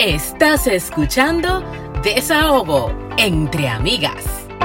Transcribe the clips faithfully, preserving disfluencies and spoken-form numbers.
Estás escuchando Desahogo entre amigas.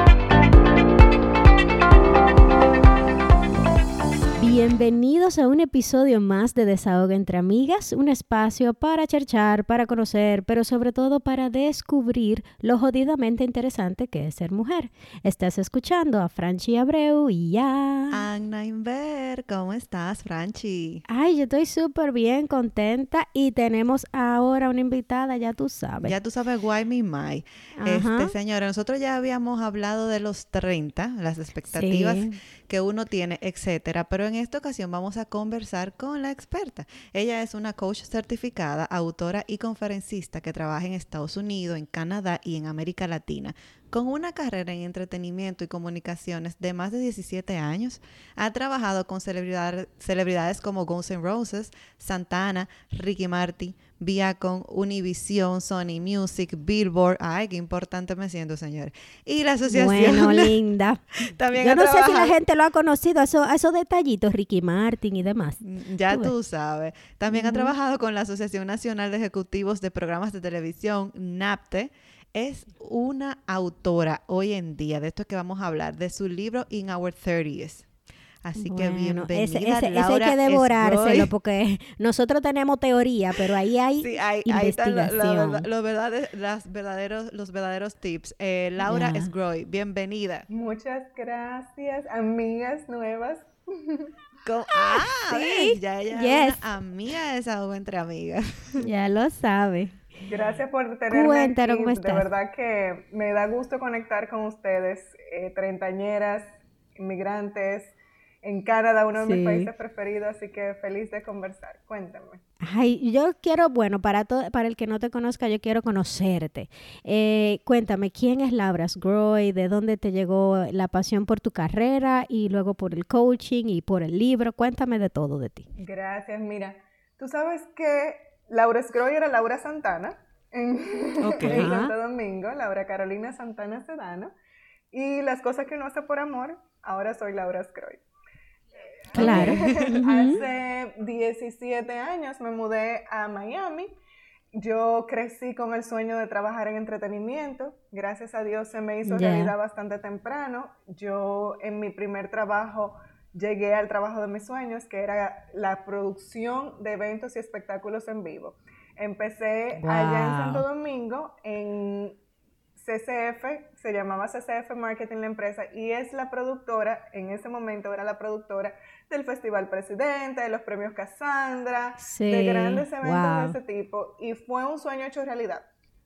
Bienvenidos a un episodio más de Desahogo entre amigas, un espacio para charchar, para conocer, pero sobre todo para descubrir lo jodidamente interesante que es ser mujer. Estás escuchando a Franchi Abreu y ya... Anna Inver, ¿cómo estás, Franchi? Ay, yo estoy súper bien, contenta y tenemos ahora una invitada, ya tú sabes. Ya tú sabes, why me my. Este, señora, nosotros ya habíamos hablado de los treinta, las expectativas sí. que uno tiene, etcétera, pero en esta ocasión vamos a conversar con la experta. Ella es una coach certificada, autora y conferencista que trabaja en Estados Unidos, en Canadá y en América Latina. Con una carrera en entretenimiento y comunicaciones de más de diecisiete años, ha trabajado con celebridades, celebridades como Guns N' Roses, Santana, Ricky Martin, Viacom, Univision, Sony Music, Billboard. Ay, qué importante me siento, señores. Y la asociación... Bueno, linda. También Yo no trabajado... sé si la gente lo ha conocido, esos, esos detallitos, Ricky Martin y demás. Ya tú, tú sabes. También uh-huh. ha trabajado con la Asociación Nacional de Ejecutivos de Programas de Televisión, NAPTE. Es una autora hoy en día, de esto que vamos a hablar, de su libro In Our thirties. Así bueno, que bienvenida, ese, ese, Laura. Ese hay que devorárselo porque nosotros tenemos teoría, pero ahí hay sí, hay, investigación. Ahí están lo, lo, lo verdades, las verdaderos, los verdaderos tips. Eh, Laura yeah. Esgroy, bienvenida. Muchas gracias, amigas nuevas. Con, ah, sí, ya ella yes. es una amiga de Desahogo entre amigas. Ya lo sabe. Gracias por tenerme Cuéntanos aquí. ¿Cómo estás? De verdad que me da gusto conectar con ustedes, eh, treintañeras, inmigrantes, en Canadá, uno de sí. mis países preferidos, así que feliz de conversar. Cuéntame. Ay, yo quiero, bueno, para to- para el que no te conozca, yo quiero conocerte. Eh, cuéntame, ¿quién es Laura Esgroy? ¿De dónde te llegó la pasión por tu carrera y luego por el coaching y por el libro? Cuéntame de todo de ti. Gracias. Mira, tú sabes que Laura Esgroy era Laura Santana en, okay. en Santo Domingo, Laura Carolina Santana Sedano, y las cosas que uno hace por amor, ahora soy Laura Esgroy. Claro. Hace diecisiete años me mudé a Miami. Yo crecí con el sueño de trabajar en entretenimiento. Gracias a Dios se me hizo yeah. realidad bastante temprano. Yo en mi primer trabajo llegué al trabajo de mis sueños, que era la producción de eventos y espectáculos en vivo. Empecé wow. allá en Santo Domingo, en C C F, se llamaba C C F Marketing la empresa, y es la productora, en ese momento era la productora del Festival Presidente, de los premios Cassandra, sí. de grandes eventos wow. de ese tipo, y fue un sueño hecho realidad.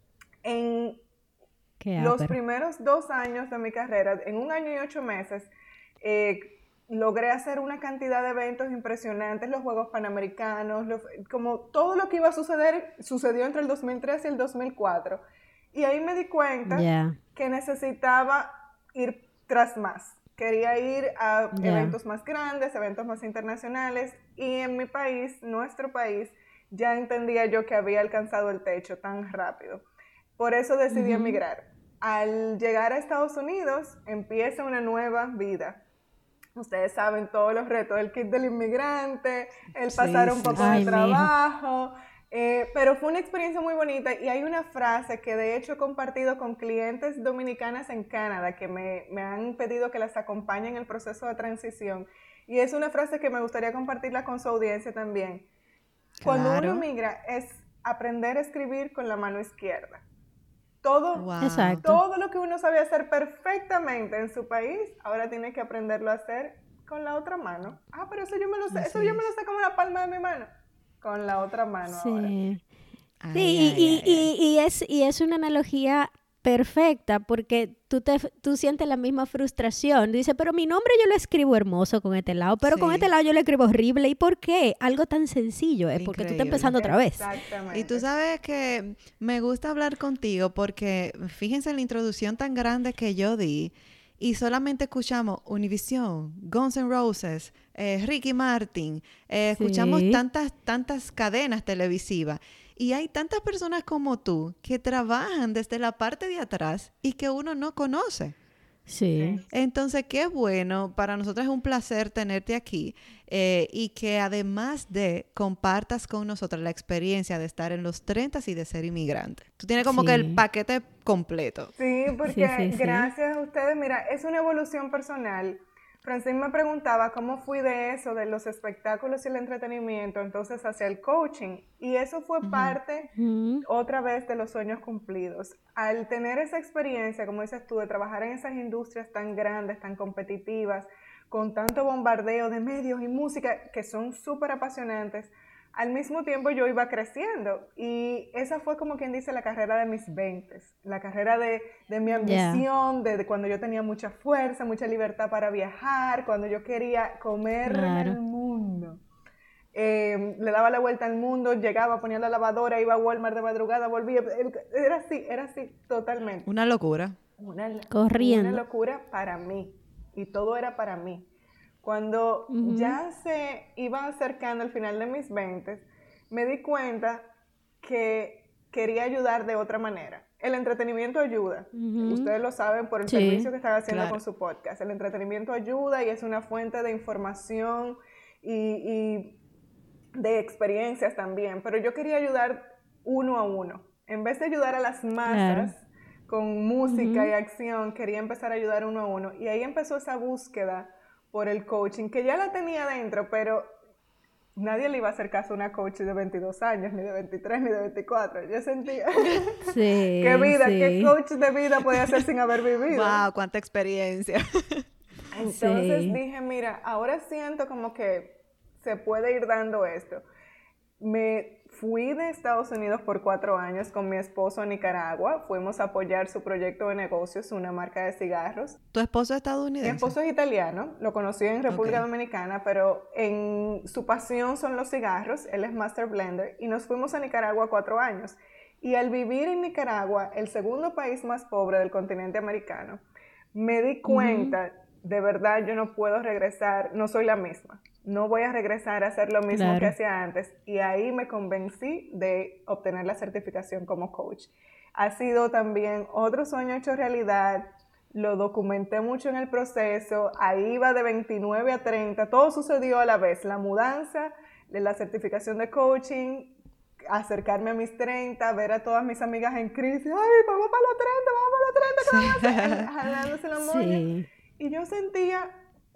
En Qué los ápero. primeros dos años de mi carrera, en un año y ocho meses, eh, logré hacer una cantidad de eventos impresionantes, los Juegos Panamericanos, los, como todo lo que iba a suceder, sucedió entre el dos mil tres y el dos mil cuatro. Y ahí me di cuenta yeah. que necesitaba ir tras más. Quería ir a yeah. eventos más grandes, eventos más internacionales. Y en mi país, nuestro país, ya entendía yo que había alcanzado el techo tan rápido. Por eso decidí uh-huh. emigrar. Al llegar a Estados Unidos, empieza una nueva vida. Ustedes saben todos los retos, el kit del inmigrante, el pasar sí, un poco sí. de Ay, trabajo... Eh, pero fue una experiencia muy bonita y hay una frase que de hecho he compartido con clientes dominicanas en Canadá que me, me han pedido que las acompañe en el proceso de transición, y es una frase que me gustaría compartirla con su audiencia también. Claro. Cuando uno migra es aprender a escribir con la mano izquierda. Todo, wow. todo lo que uno sabe hacer perfectamente en su país, ahora tiene que aprenderlo a hacer con la otra mano. Ah, pero eso yo me lo sé, eso yo me lo sé como la palma de mi mano. Con la otra mano sí. ahora. Sí, ay, y, ay, y, ay, y, y, es, y es una analogía perfecta porque tú, te, tú sientes la misma frustración. Dices, pero mi nombre yo lo escribo hermoso con este lado, pero sí. con este lado yo lo escribo horrible. ¿Y por qué? Algo tan sencillo, es porque tú estás empezando otra vez. Exactamente. Y tú sabes que me gusta hablar contigo porque fíjense en la introducción tan grande que yo di. Y solamente escuchamos Univision, Guns N' Roses, eh, Ricky Martin, eh, sí. escuchamos tantas, tantas cadenas televisivas. Y hay tantas personas como tú que trabajan desde la parte de atrás y que uno no conoce. Sí. Entonces, qué bueno. Para nosotros es un placer tenerte aquí eh, y que además de compartas con nosotros la experiencia de estar en los treinta y de ser inmigrante. Tú tienes como sí. que el paquete completo. Sí, porque sí, sí, gracias sí. a ustedes, mira, es una evolución personal. Francine me preguntaba cómo fui de eso, de los espectáculos y el entretenimiento, entonces hacia el coaching. Y eso fue uh-huh. parte, uh-huh. otra vez, de los sueños cumplidos. Al tener esa experiencia, como dices tú, de trabajar en esas industrias tan grandes, tan competitivas, con tanto bombardeo de medios y música que son súper apasionantes, al mismo tiempo yo iba creciendo. Y esa fue, como quien dice, la carrera de mis veintes, la carrera de, de mi ambición, yeah. de, de cuando yo tenía mucha fuerza, mucha libertad para viajar, cuando yo quería comerme claro. el mundo. Eh, le daba la vuelta al mundo, llegaba, ponía la lavadora, iba a Walmart de madrugada, volvía. Era así, era así, totalmente. Una locura. Una, Corriendo. Una locura para mí. Y todo era para mí. Cuando uh-huh. ya se iba acercando al final de mis veintes, me di cuenta que quería ayudar de otra manera. El entretenimiento ayuda. Uh-huh. Ustedes lo saben por el sí, servicio que están haciendo claro. con su podcast. El entretenimiento ayuda y es una fuente de información y, y de experiencias también. Pero yo quería ayudar uno a uno. En vez de ayudar a las masas claro. con música uh-huh. y acción, quería empezar a ayudar uno a uno. Y ahí empezó esa búsqueda por el coaching, que ya la tenía dentro, pero nadie le iba a hacer caso a una coach de veintidós años, ni de veintitrés, ni de veinticuatro. Yo sentía, sí, qué vida, sí. qué coach de vida podía hacer sin haber vivido. ¡Wow! ¡Cuánta experiencia! Entonces sí. dije, mira, ahora siento como que se puede ir dando esto. Me fui de Estados Unidos por cuatro años con mi esposo a Nicaragua. Fuimos a apoyar su proyecto de negocios, una marca de cigarros. ¿Tu esposo es estadounidense? Mi esposo es italiano. Lo conocí en República okay. Dominicana, pero en su pasión son los cigarros. Él es Master Blender. Y nos fuimos a Nicaragua cuatro años. Y al vivir en Nicaragua, el segundo país más pobre del continente americano, me di cuenta, uh-huh. de verdad, yo no puedo regresar, no soy la misma. No voy a regresar a hacer lo mismo claro. que hacía antes. Y ahí me convencí de obtener la certificación como coach. Ha sido también otro sueño hecho realidad. Lo documenté mucho en el proceso. Ahí iba de veintinueve a treinta. Todo sucedió a la vez. La mudanza, la certificación de coaching, acercarme a mis treinta, ver a todas mis amigas en crisis. ¡Ay, vamos para los treinta, vamos para los treinta! ¿Qué vamos a hacer? Jalándose la moña. Sí. Y yo sentía...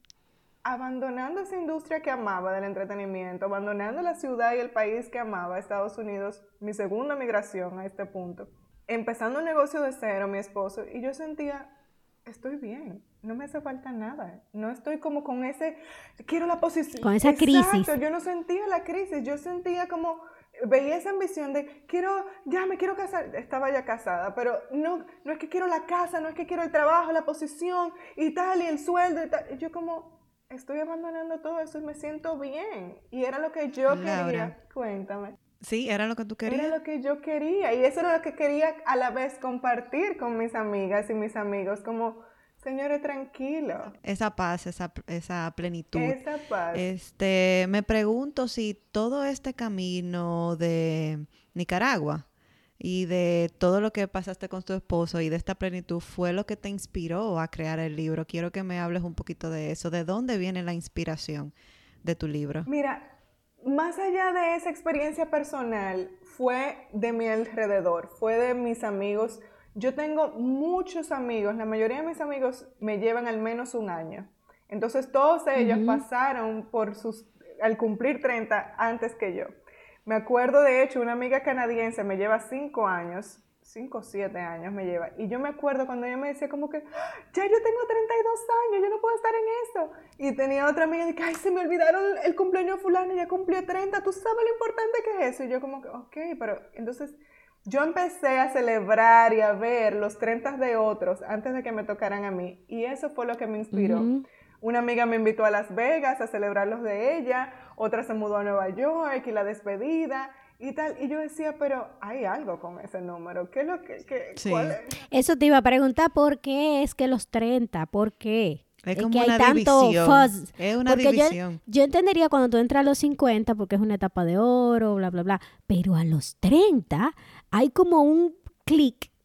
abandonando esa industria que amaba del entretenimiento, abandonando la ciudad y el país que amaba, Estados Unidos, mi segunda migración a este punto, empezando un negocio de cero, mi esposo, y yo sentía, estoy bien, no me hace falta nada, no estoy como con ese, quiero la posición. Con esa Exacto, crisis. Yo no sentía la crisis, yo sentía como, veía esa ambición de, quiero, ya me quiero casar, estaba ya casada, pero no, no es que quiero la casa, no es que quiero el trabajo, la posición y tal, y el sueldo y tal, y yo como... estoy abandonando todo eso y me siento bien. Y era lo que yo Laura. quería. Cuéntame. Sí, era lo que tú querías. Era lo que yo quería. Y eso era lo que quería a la vez compartir con mis amigas y mis amigos. Como, señores, tranquilo. Esa paz, esa, esa plenitud. Esa paz. Este, me pregunto si todo este camino de Nicaragua y de todo lo que pasaste con tu esposo y de esta plenitud fue lo que te inspiró a crear el libro. Quiero que me hables un poquito de eso. ¿De dónde viene la inspiración de tu libro? Mira, más allá de esa experiencia personal, fue de mi alrededor, fue de mis amigos. Yo tengo muchos amigos, la mayoría de mis amigos me llevan al menos un año. Entonces todos ellos uh-huh. pasaron por sus, al cumplir treinta antes que yo. Me acuerdo, de hecho, una amiga canadiense me lleva cinco años, cinco o siete años me lleva, y yo me acuerdo cuando ella me decía como que, ya yo tengo treinta y dos años, yo no puedo estar en eso. Y tenía otra amiga que, ay, se me olvidaron el cumpleaños de fulano, ya cumplió treinta, ¿tú sabes lo importante que es eso? Y yo como que, ok, pero entonces yo empecé a celebrar y a ver los treinta de otros antes de que me tocaran a mí, y eso fue lo que me inspiró. Uh-huh. Una amiga me invitó a Las Vegas a celebrar los de ella, otra se mudó a Nueva York y la despedida y tal. Y yo decía, pero hay algo con ese número. ¿Qué es lo que...? que sí. ¿cuál es? Eso te iba a preguntar, ¿por qué es que los treinta? ¿Por qué? Es, es como que hay una tanto división. fuzz. Es una porque división. Yo, yo entendería cuando tú entras a los cincuenta porque es una etapa de oro, bla, bla, bla. Pero a los treinta hay como un clic,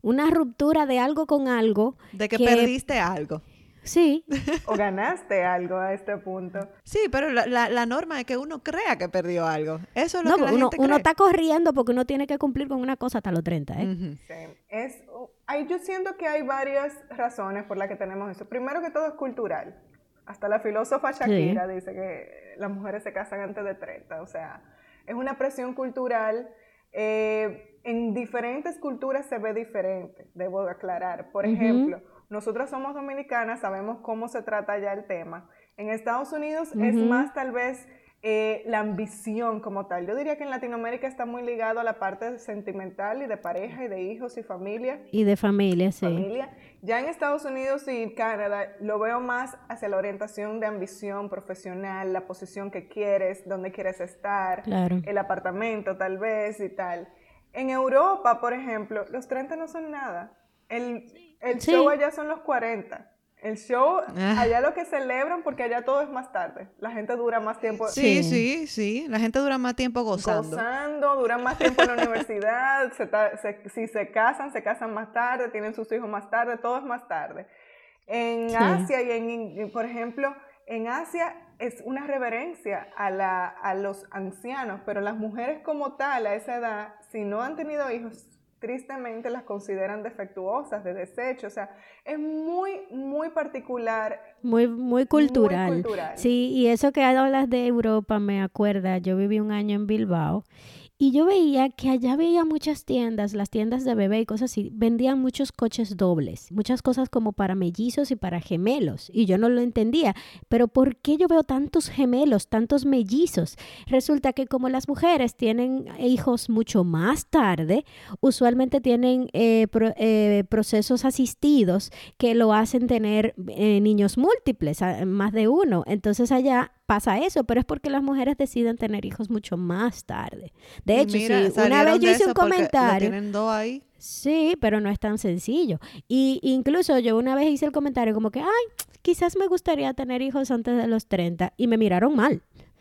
una ruptura de algo con algo. De que, que perdiste algo. Sí. O ganaste algo a este punto. Sí, pero la, la, la norma es que uno crea que perdió algo. Eso es lo no, que la uno, gente uno cree. está corriendo porque uno tiene que cumplir con una cosa hasta los treinta, ¿eh? Uh-huh. Sí. Es, hay, yo siento que hay varias razones por las que tenemos eso. Primero que todo es cultural. Hasta la filósofa Shakira sí. dice que las mujeres se casan antes de treinta. O sea, es una presión cultural. Eh, en diferentes culturas se ve diferente, debo aclarar. Por uh-huh. ejemplo, nosotras somos dominicanas, sabemos cómo se trata ya el tema. En Estados Unidos uh-huh. es más tal vez eh, la ambición como tal. Yo diría que en Latinoamérica está muy ligado a la parte sentimental y de pareja y de hijos y familia. Y de familia, sí. Familia. Ya en Estados Unidos y Canadá lo veo más hacia la orientación de ambición profesional, la posición que quieres, dónde quieres estar, claro. el apartamento tal vez y tal. En Europa, por ejemplo, los treinta no son nada. El, el sí. show allá son los cuarenta. El show, ah. allá lo que celebran, porque allá todo es más tarde. La gente dura más tiempo. Sí, sí, sí. La gente dura más tiempo gozando. Gozando, duran más tiempo en la universidad. Se ta, se, si se casan, se casan más tarde, tienen sus hijos más tarde, todo es más tarde. En sí. Asia y en, por ejemplo, en Asia es una reverencia a, la, a los ancianos, pero las mujeres como tal, a esa edad, si no han tenido hijos, tristemente las consideran defectuosas, de desecho. O sea, es muy, muy particular. Muy, muy cultural. Muy cultural. Sí, y eso que hablas de Europa me acuerda, yo viví un año en Bilbao y yo veía que allá veía muchas tiendas, las tiendas de bebé y cosas así, vendían muchos coches dobles, muchas cosas como para mellizos y para gemelos, y yo no lo entendía, pero ¿por qué yo veo tantos gemelos, tantos mellizos? Resulta que como las mujeres tienen hijos mucho más tarde, usualmente tienen eh, pro, eh, procesos asistidos que lo hacen tener eh, niños múltiples, más de uno, entonces allá pasa eso, pero es porque las mujeres deciden tener hijos mucho más tarde. De hecho, mira, sí, una vez yo hice un comentario. ¿Tienen dos ahí? Sí, pero no es tan sencillo. Y incluso yo una vez hice el comentario como que, ay, quizás me gustaría tener hijos antes de los treinta, y me miraron mal.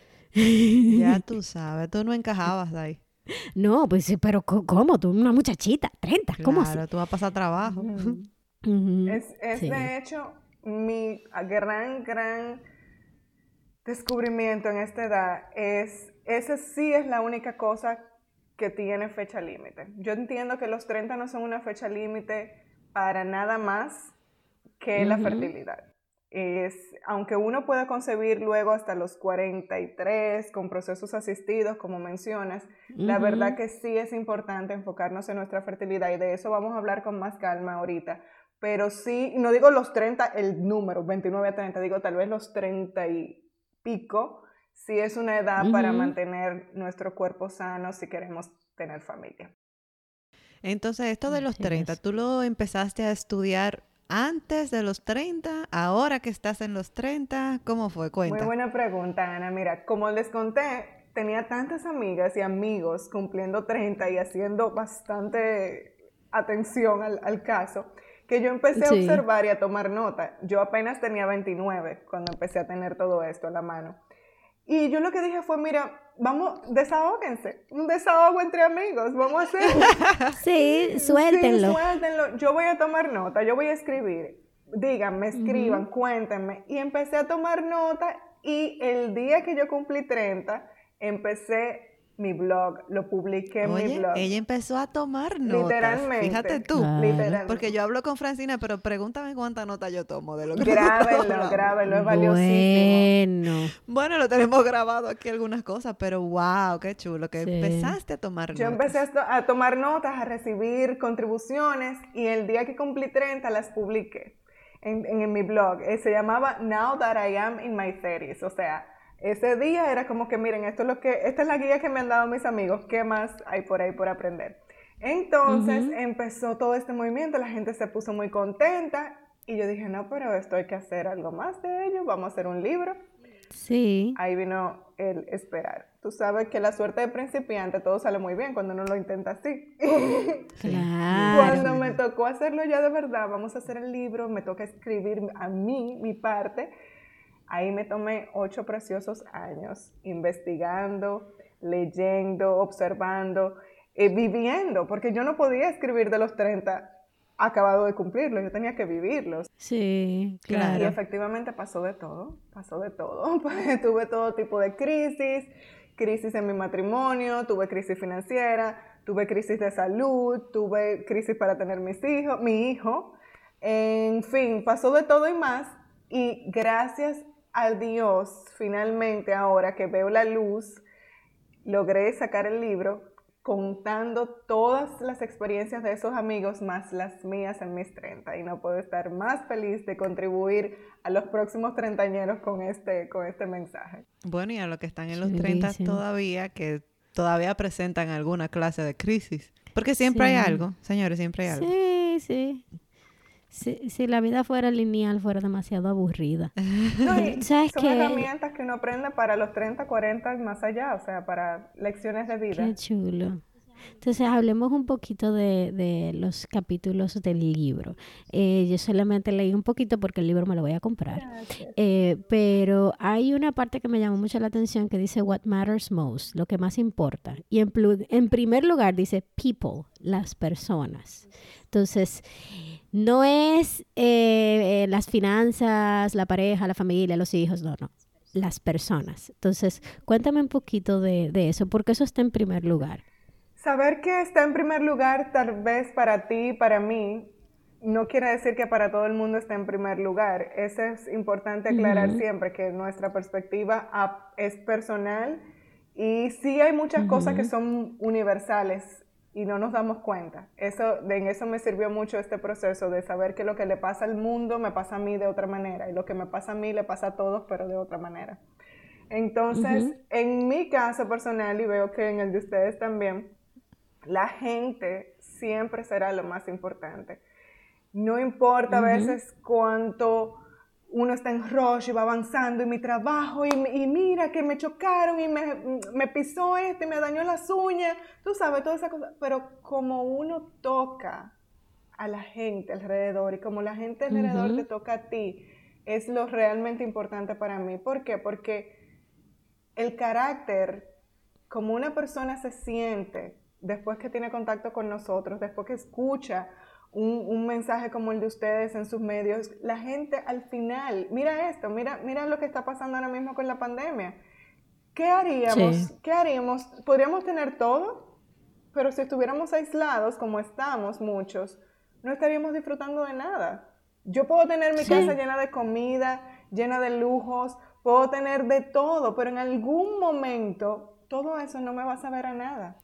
Ya tú sabes, tú no encajabas ahí. No, pues sí, pero ¿cómo? Tú una muchachita, treinta, ¿cómo así? Claro, tú vas a pasar trabajo. Uh-huh. Uh-huh. Es, es sí. de hecho mi gran, gran descubrimiento en esta edad es, esa sí es la única cosa que tiene fecha límite. Yo entiendo que los treinta no son una fecha límite para nada más que uh-huh. la fertilidad. Es, aunque uno pueda concebir luego hasta los cuarenta y tres con procesos asistidos, como mencionas, uh-huh. la verdad que sí es importante enfocarnos en nuestra fertilidad, y de eso vamos a hablar con más calma ahorita. Pero sí, no digo los treinta, el número, veintinueve a treinta, digo tal vez los treinta y pico, si es una edad uh-huh. para mantener nuestro cuerpo sano si queremos tener familia. Entonces, esto de los treinta, ¿tú lo empezaste a estudiar antes de los treinta? ¿Ahora que estás en los treinta? ¿Cómo fue? Cuenta. Muy buena pregunta, Ana. Mira, como les conté, tenía tantas amigas y amigos cumpliendo treinta y haciendo bastante atención al, al caso, que yo empecé sí. a observar y a tomar nota. Yo apenas tenía veintinueve cuando empecé a tener todo esto a la mano. Y yo lo que dije fue, mira, vamos, desahóguense, un desahogo entre amigos, vamos a hacer. Sí, suéltenlo. Sí, suéltenlo. Yo voy a tomar nota, yo voy a escribir. Díganme, escriban, uh-huh. cuéntenme. Y empecé a tomar nota, y el día que yo cumplí treinta, empecé mi blog, lo publiqué en Oye, mi blog. Ella empezó a tomar notas. Literalmente. Fíjate tú. Claro. Literalmente. Porque yo hablo con Francina, pero pregúntame cuántas notas yo tomo de lo que Grábenlo, grábenlo, es valiosísimo. Bueno. Bueno, lo tenemos grabado aquí algunas cosas, pero wow, qué chulo, que sí. empezaste a tomar notas. Yo empecé a, to- a tomar notas, a recibir contribuciones, y el día que cumplí treinta las publiqué en, en, en mi blog. Eh, se llamaba Now That I Am in My thirties, o sea, ese día era como que, miren, esto es lo que, esta es la guía que me han dado mis amigos, ¿qué más hay por ahí por aprender? Entonces, uh-huh. empezó todo este movimiento, la gente se puso muy contenta, y yo dije, no, pero esto hay que hacer algo más de ello, vamos a hacer un libro. Sí. Ahí vino el esperar. Tú sabes que la suerte de principiante, todo sale muy bien cuando uno lo intenta así. Claro. Cuando me tocó hacerlo ya de verdad, vamos a hacer el libro, me toca escribir a mí, mi parte. Ahí me tomé ocho preciosos años investigando, leyendo, observando, eh, viviendo, porque yo no podía escribir de los treinta acabado de cumplirlo, yo tenía que vivirlos. Sí, claro. Y efectivamente pasó de todo, pasó de todo. Tuve todo tipo de crisis, crisis en mi matrimonio, tuve crisis financiera, tuve crisis de salud, tuve crisis para tener mis hijos, mi hijo. En fin, pasó de todo y más. Y gracias a Dios, finalmente ahora que veo la luz, logré sacar el libro contando todas las experiencias de esos amigos más las mías en mis treinta, y no puedo estar más feliz de contribuir a los próximos treintañeros con este, con este mensaje. Bueno, y a los que están en los treinta todavía, que todavía presentan alguna clase de crisis, porque siempre sí. hay algo, señores, siempre hay algo. Sí, sí. Si, si la vida fuera lineal, fuera demasiado aburrida. No, y ¿sabes son qué? Herramientas que uno aprende para los treinta, cuarenta y más allá, o sea, para lecciones de vida. Qué chulo. Entonces, hablemos un poquito de, de los capítulos del libro. Eh, yo solamente leí un poquito porque el libro me lo voy a comprar. Eh, pero hay una parte que me llamó mucho la atención que dice What matters most, lo que más importa. Y en, plu- en primer lugar dice people, las personas. Entonces, no es eh, eh, las finanzas, la pareja, la familia, los hijos, no, no. Las personas. Entonces, cuéntame un poquito de, de eso, porque eso está en primer lugar. Saber que está en primer lugar, tal vez para ti y para mí, no quiere decir que para todo el mundo esté en primer lugar. Eso es importante aclarar uh-huh. siempre, que nuestra perspectiva es personal y sí hay muchas uh-huh. cosas que son universales y no nos damos cuenta. Eso, de, en eso me sirvió mucho este proceso de saber que lo que le pasa al mundo me pasa a mí de otra manera y lo que me pasa a mí le pasa a todos, pero de otra manera. Entonces, uh-huh. en mi caso personal, y veo que en el de ustedes también, la gente siempre será lo más importante. No importa uh-huh. a veces cuánto uno está en rush y va avanzando y mi trabajo y, y mira que me chocaron y me, me pisó este y me dañó las uñas, tú sabes, toda esa cosa. Pero como uno toca a la gente alrededor y como la gente alrededor uh-huh. te toca a ti, es lo realmente importante para mí. ¿Por qué? Porque el carácter, como una persona se siente después que tiene contacto con nosotros, después que escucha un, un mensaje como el de ustedes en sus medios, la gente al final, mira esto, mira, mira lo que está pasando ahora mismo con la pandemia. ¿Qué haríamos? Sí. ¿Qué haríamos? Podríamos tener todo, pero si estuviéramos aislados, como estamos muchos, no estaríamos disfrutando de nada. Yo puedo tener mi sí. casa llena de comida, llena de lujos, puedo tener de todo, pero en algún momento todo eso no me va a saber a nada.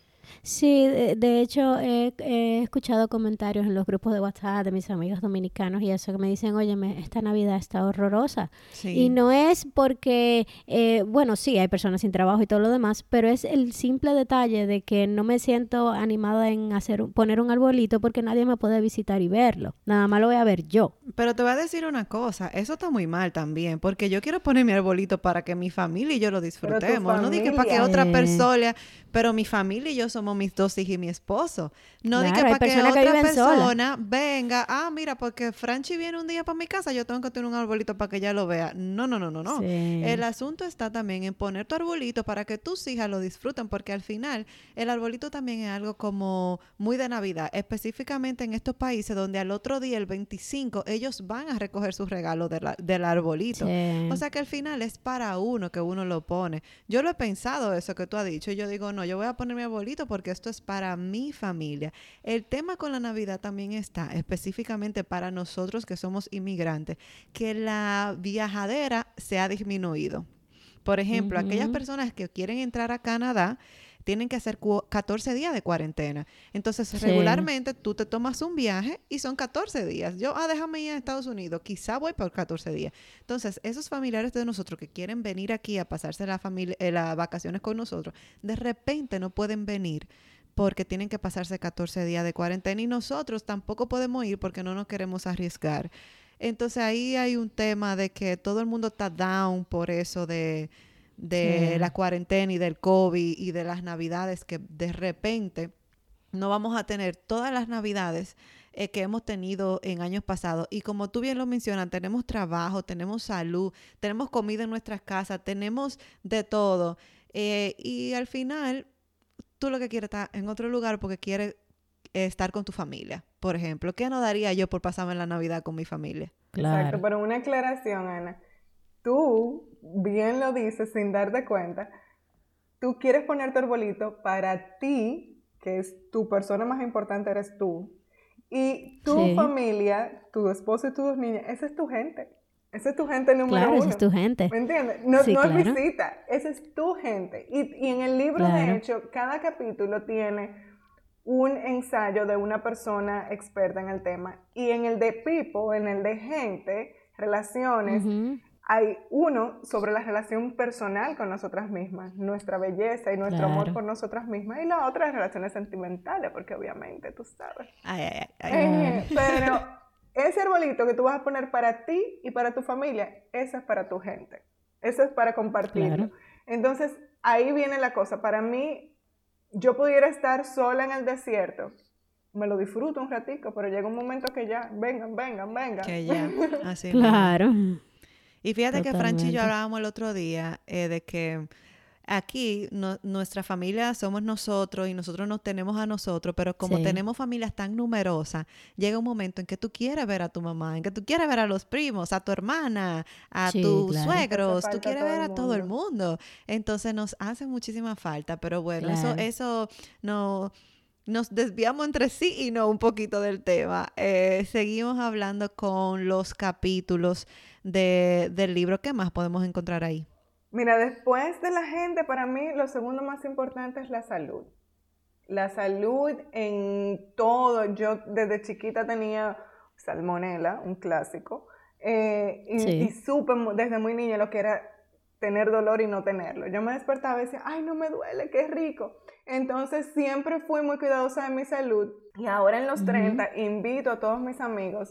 Sí, de, de hecho he, he escuchado comentarios en los grupos de WhatsApp de mis amigos dominicanos y eso que me dicen, óyeme, esta Navidad está horrorosa. Sí. Y no es porque, eh, bueno, sí, hay personas sin trabajo y todo lo demás, pero es el simple detalle de que no me siento animada en hacer poner un arbolito porque nadie me puede visitar y verlo. Nada más lo voy a ver yo. Pero te voy a decir una cosa, eso está muy mal también, porque yo quiero poner mi arbolito para que mi familia y yo lo disfrutemos. No diga para que otra persona, pero mi familia y yo somos mis dos hijos y mi esposo. No claro, diga para que otra que persona sola. venga, ah, mira, porque Franchi viene un día para mi casa, yo tengo que tener un arbolito para que ella lo vea. No, no, no, no, no. Sí. El asunto está también en poner tu arbolito para que tus hijas lo disfruten, porque al final el arbolito también es algo como muy de Navidad, específicamente en estos países donde al otro día, el veinticinco, ellos van a recoger sus regalos de la, del arbolito. Sí. O sea que al final es para uno que uno lo pone. Yo lo he pensado eso que tú has dicho, y yo digo, no, yo voy a poner mi arbolito porque esto es para mi familia. El tema con la Navidad también está específicamente para nosotros que somos inmigrantes, que la viajadera se ha disminuido. Por ejemplo, uh-huh. aquellas personas que quieren entrar a Canadá tienen que hacer catorce días de cuarentena. Entonces, sí. regularmente tú te tomas un viaje y son catorce días. Yo, ah, déjame ir a Estados Unidos. Quizá voy por catorce días. Entonces, esos familiares de nosotros que quieren venir aquí a pasarse la familia, eh, las vacaciones con nosotros, de repente no pueden venir porque tienen que pasarse catorce días de cuarentena y nosotros tampoco podemos ir porque no nos queremos arriesgar. Entonces, ahí hay un tema de que todo el mundo está down por eso de... de sí. la cuarentena y del COVID y de las Navidades, que de repente no vamos a tener todas las Navidades eh, que hemos tenido en años pasados. Y como tú bien lo mencionas, tenemos trabajo, tenemos salud, tenemos comida en nuestras casas, tenemos de todo. Eh, y al final, tú lo que quieres estar en otro lugar porque quieres estar con tu familia, por ejemplo. ¿Qué no daría yo por pasarme la Navidad con mi familia? Claro. Exacto, pero una aclaración, Ana. Tú, bien lo dices sin darte cuenta, tú quieres poner tu arbolito para ti, que es tu persona más importante, eres tú, y tu sí. familia, tu esposo y tus dos niñas, esa es tu gente. Esa es tu gente número claro, uno. Esa es tu gente. ¿Me entiendes? No, sí, no claro. es visita, esa es tu gente. Y, y en el libro, claro. de hecho, cada capítulo tiene un ensayo de una persona experta en el tema. Y en el de people, en el de gente, relaciones, uh-huh. hay uno sobre la relación personal con nosotras mismas, nuestra belleza y nuestro claro. amor por nosotras mismas, y la otra es relaciones sentimentales, porque obviamente tú sabes. Ay, ay, ay. Eh, pero ese arbolito que tú vas a poner para ti y para tu familia, ese es para tu gente. Eso es para compartirlo. Claro. Entonces, ahí viene la cosa. Para mí, yo pudiera estar sola en el desierto, me lo disfruto un ratico, pero llega un momento que ya, vengan, vengan, vengan. Que ya, así claro. mismo. Y fíjate Totalmente. que Franchi y yo hablábamos el otro día eh, de que aquí no, nuestra familia somos nosotros y nosotros nos tenemos a nosotros, pero como sí. tenemos familias tan numerosas, llega un momento en que tú quieres ver a tu mamá, en que tú quieres ver a los primos, a tu hermana, a sí, tus claro. suegros, tú quieres ver a todo el mundo. Entonces nos hace muchísima falta, pero bueno, claro. eso, eso no... Nos desviamos entre sí y no un poquito del tema. Eh, seguimos hablando con los capítulos de, del libro. ¿Qué más podemos encontrar ahí? Mira, después de la gente, para mí lo segundo más importante es la salud. La salud en todo. Yo desde chiquita tenía salmonela, un clásico, eh, y, sí. y supe desde muy niña lo que era tener dolor y no tenerlo. Yo me despertaba y decía, ay, no me duele, qué rico. Entonces siempre fui muy cuidadosa de mi salud y ahora en los uh-huh. treinta invito a todos mis amigos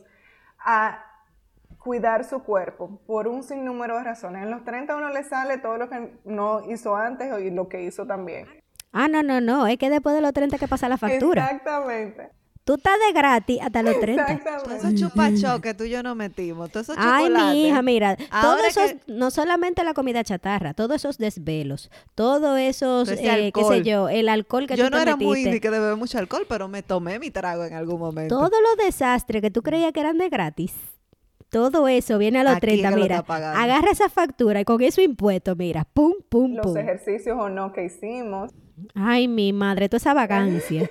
a cuidar su cuerpo por un sinnúmero de razones. En los treinta a uno le sale todo lo que no hizo antes y lo que hizo también. Ah, no, no, no, es que después de los treinta que pasa la factura. Exactamente. Tú estás de gratis hasta los treinta. Exactamente. Todos esos chupachos que tú y yo nos metimos, todos esos chocolates. Ay, mi hija, mira, todo eso, que... no solamente la comida chatarra, todos esos desvelos, todos esos, eh, qué sé yo, el alcohol que yo tú no te era metiste. muy de que de beber mucho alcohol, pero me tomé mi trago en algún momento. Todos los desastres que tú creías que eran de gratis, todo eso viene a los Aquí treinta, mira, agarra esa factura y con eso impuesto, mira, pum, pum, los pum. Los ejercicios o no que hicimos. Ay, mi madre, toda esa vagancia.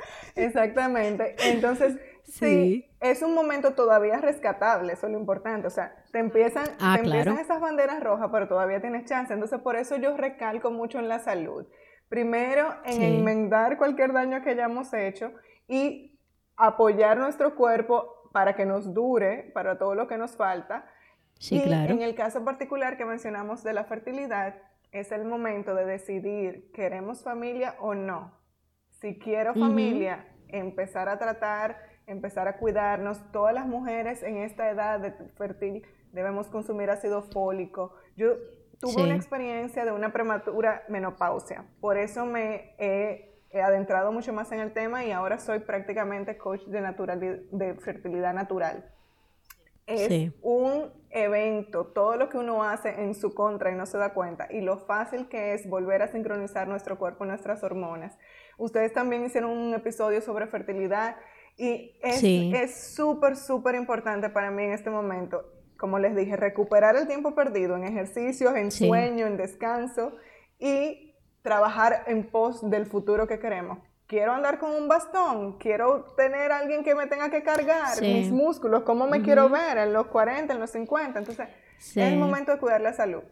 Exactamente. Entonces, sí. sí, es un momento todavía rescatable, eso es lo importante. O sea, te empiezan, ah, te claro. empiezan esas banderas rojas, pero todavía tienes chance. Entonces, por eso yo recalco mucho en la salud. Primero, en sí. enmendar cualquier daño que hayamos hecho y apoyar nuestro cuerpo para que nos dure, para todo lo que nos falta. Sí, y claro. en el caso particular que mencionamos de la fertilidad, es el momento de decidir, ¿queremos familia o no? Si quiero familia, uh-huh. empezar a tratar, empezar a cuidarnos. Todas las mujeres en esta edad de fértil debemos consumir ácido fólico. Yo tuve sí. una experiencia de una prematura menopausia, por eso me he, he adentrado mucho más en el tema y ahora soy prácticamente coach de, natural, de fertilidad natural. Es sí. un evento, todo lo que uno hace en su contra y no se da cuenta, y lo fácil que es volver a sincronizar nuestro cuerpo y nuestras hormonas. Ustedes también hicieron un episodio sobre fertilidad y es súper, sí. súper importante para mí en este momento, como les dije, recuperar el tiempo perdido en ejercicios, en sí. sueño, en descanso y trabajar en pos del futuro que queremos. Quiero andar con un bastón, quiero tener a alguien que me tenga que cargar sí. mis músculos, cómo me uh-huh. quiero ver en los cuarenta, en los cincuenta. Entonces, sí. es el momento de cuidar la salud.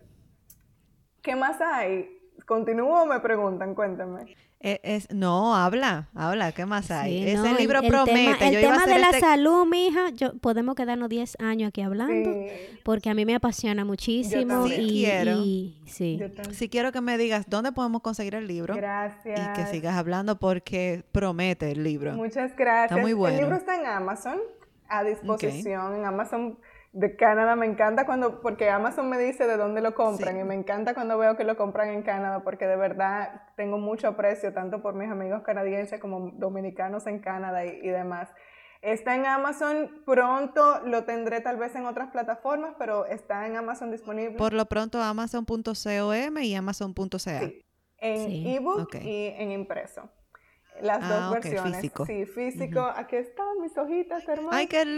¿Qué más hay? ¿Continúo o me preguntan? Cuéntame. Es, es, no, habla, habla, ¿qué más hay? Sí, Ese no, libro el, el promete. Tema, el yo tema iba a de la este... salud, mija, yo, podemos quedarnos diez años aquí hablando, sí. porque a mí me apasiona muchísimo. Yo y, quiero. Y, sí. Si quiero que me digas dónde podemos conseguir el libro. Gracias. Y que sigas hablando porque promete el libro. Muchas gracias. Está muy bueno. El libro está en Amazon, a disposición, okay. en Amazon de Canadá. Me encanta cuando, porque Amazon me dice de dónde lo compran sí. y me encanta cuando veo que lo compran en Canadá porque de verdad tengo mucho aprecio tanto por mis amigos canadienses como dominicanos en Canadá y, y demás. Está en Amazon, pronto lo tendré tal vez en otras plataformas, pero está en Amazon disponible. Por lo pronto amazon punto com y amazon punto c a. Sí, en sí. ebook okay. y en impreso. las ah, dos okay, versiones. Físico. Sí, físico. Uh-huh. Aquí están mis hojitas hermosas. ¡Ay, qué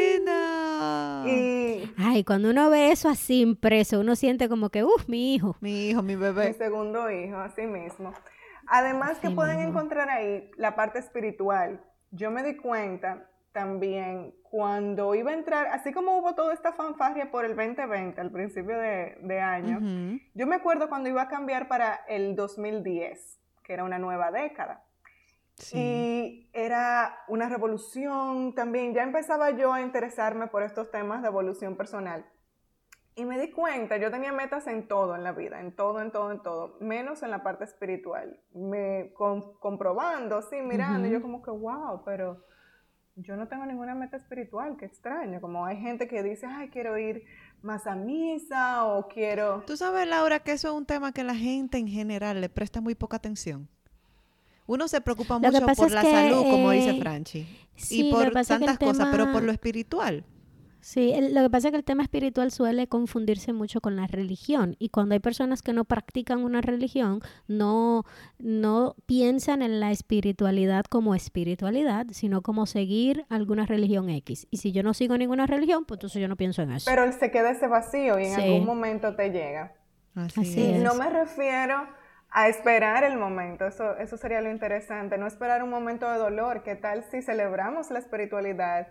linda! Y... Ay, cuando uno ve eso así impreso, uno siente como que, uff, mi hijo. Mi hijo, mi bebé. Mi segundo hijo, así mismo. Además así que pueden mismo. encontrar ahí la parte espiritual. Yo me di cuenta también cuando iba a entrar, así como hubo toda esta fanfarria por el veinte veinte al principio de, de año, uh-huh. yo me acuerdo cuando iba a cambiar para el dos mil diez, que era una nueva década. Sí. Y era una revolución también, ya empezaba yo a interesarme por estos temas de evolución personal. Y me di cuenta, yo tenía metas en todo en la vida, en todo, en todo, en todo, menos en la parte espiritual. Me con, comprobando, sí, mirando, uh-huh. y yo como que, wow, pero yo no tengo ninguna meta espiritual, qué extraño. Como hay gente que dice, ay, quiero ir más a misa o quiero... Tú sabes, Laura, que eso es un tema que la gente en general le presta muy poca atención. Uno se preocupa mucho por la que, salud, como eh, dice Franchi, sí, y por tantas es que cosas, tema... pero por lo espiritual. Sí, el, lo que pasa es que el tema espiritual suele confundirse mucho con la religión, y cuando hay personas que no practican una religión, no, no piensan en la espiritualidad como espiritualidad, sino como seguir alguna religión X. Y si yo no sigo ninguna religión, pues entonces yo no pienso en eso. Pero se queda ese vacío y en sí. algún momento te llega. Así, Así es. es. No me refiero a esperar el momento, eso, eso sería lo interesante, no esperar un momento de dolor. ¿Qué tal si celebramos la espiritualidad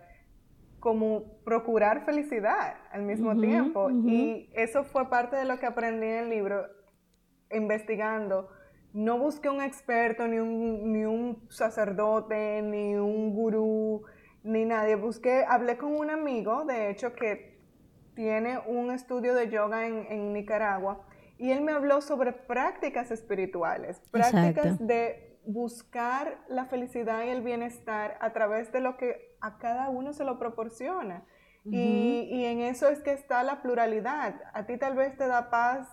como procurar felicidad al mismo uh-huh, tiempo? Uh-huh. Y eso fue parte de lo que aprendí en el libro, investigando. No busqué un experto, ni un, ni un sacerdote, ni un gurú, ni nadie. Busqué, hablé con un amigo, de hecho, que tiene un estudio de yoga en, en Nicaragua, y él me habló sobre prácticas espirituales, prácticas Exacto. de buscar la felicidad y el bienestar a través de lo que a cada uno se lo proporciona. Uh-huh. Y, y en eso es que está la pluralidad. A ti tal vez te da paz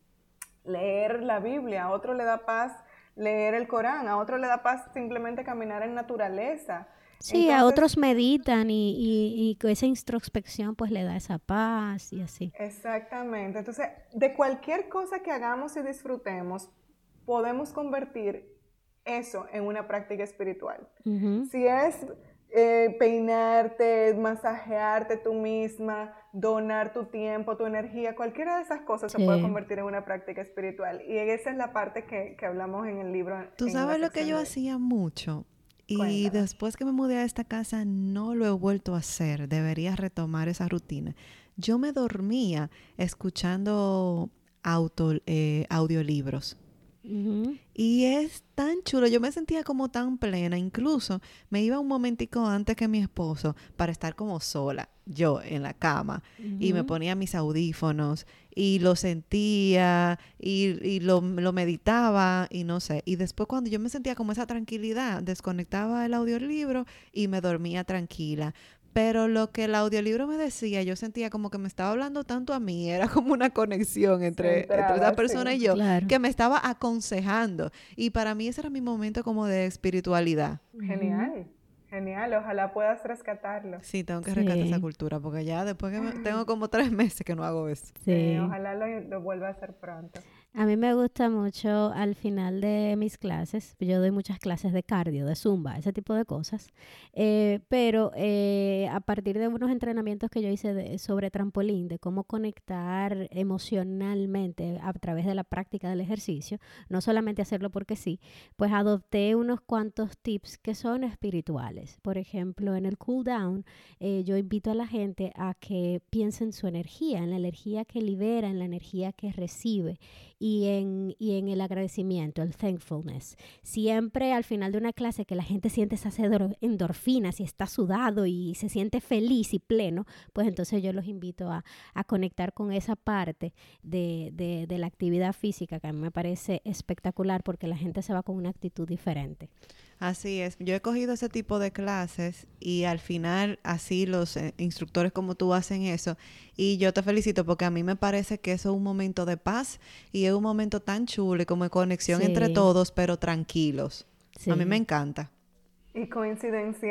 leer la Biblia, a otro le da paz leer el Corán, a otro le da paz simplemente caminar en naturaleza. Sí, Entonces, a otros meditan y, y, y esa introspección pues le da esa paz y así. Exactamente. Entonces, de cualquier cosa que hagamos y disfrutemos, podemos convertir eso en una práctica espiritual. Uh-huh. Si es eh, peinarte, masajearte tú misma, donar tu tiempo, tu energía, cualquiera de esas cosas sí. se puede convertir en una práctica espiritual. Y esa es la parte que, que hablamos en el libro. Tú sabes lo que yo de... hacía mucho. Y Cuéntame. Después que me mudé a esta casa no lo he vuelto a hacer. Debería retomar esa rutina. Yo me dormía escuchando auto, eh, audiolibros. Uh-huh. Y es tan chulo, yo me sentía como tan plena, incluso me iba un momentico antes que mi esposo para estar como sola, yo en la cama, uh-huh. y me ponía mis audífonos y lo sentía y, y lo, lo meditaba y no sé, y después cuando yo me sentía como esa tranquilidad, desconectaba el audiolibro y me dormía tranquila. Pero lo que el audiolibro me decía, yo sentía como que me estaba hablando tanto a mí, era como una conexión entre, entraba, entre esa persona sí. y yo, claro. que me estaba aconsejando. Y para mí ese era mi momento como de espiritualidad. Genial, genial, ojalá puedas rescatarlo. Sí, tengo que rescatar sí. esa cultura, porque ya después que me, tengo como tres meses que no hago eso. Sí, sí ojalá lo, lo vuelva a hacer pronto. A mí me gusta mucho al final de mis clases, yo doy muchas clases de cardio, de zumba, ese tipo de cosas, eh, pero eh, a partir de unos entrenamientos que yo hice de, sobre trampolín, de cómo conectar emocionalmente a través de la práctica del ejercicio, no solamente hacerlo porque sí, pues adopté unos cuantos tips que son espirituales. Por ejemplo, en el cool down, eh, yo invito a la gente a que piense en su energía, en la energía que libera, en la energía que recibe, y en, y en el agradecimiento, el thankfulness. Siempre al final de una clase que la gente siente esas endorfinas y está sudado y se siente feliz y pleno, pues entonces yo los invito a, a conectar con esa parte de, de, de la actividad física, que a mí me parece espectacular porque la gente se va con una actitud diferente. Así es, yo he cogido ese tipo de clases y al final así los eh, instructores como tú hacen eso y yo te felicito porque a mí me parece que eso es un momento de paz y es un momento tan chulo y como de conexión sí. entre todos pero tranquilos. Sí. A mí me encanta. Y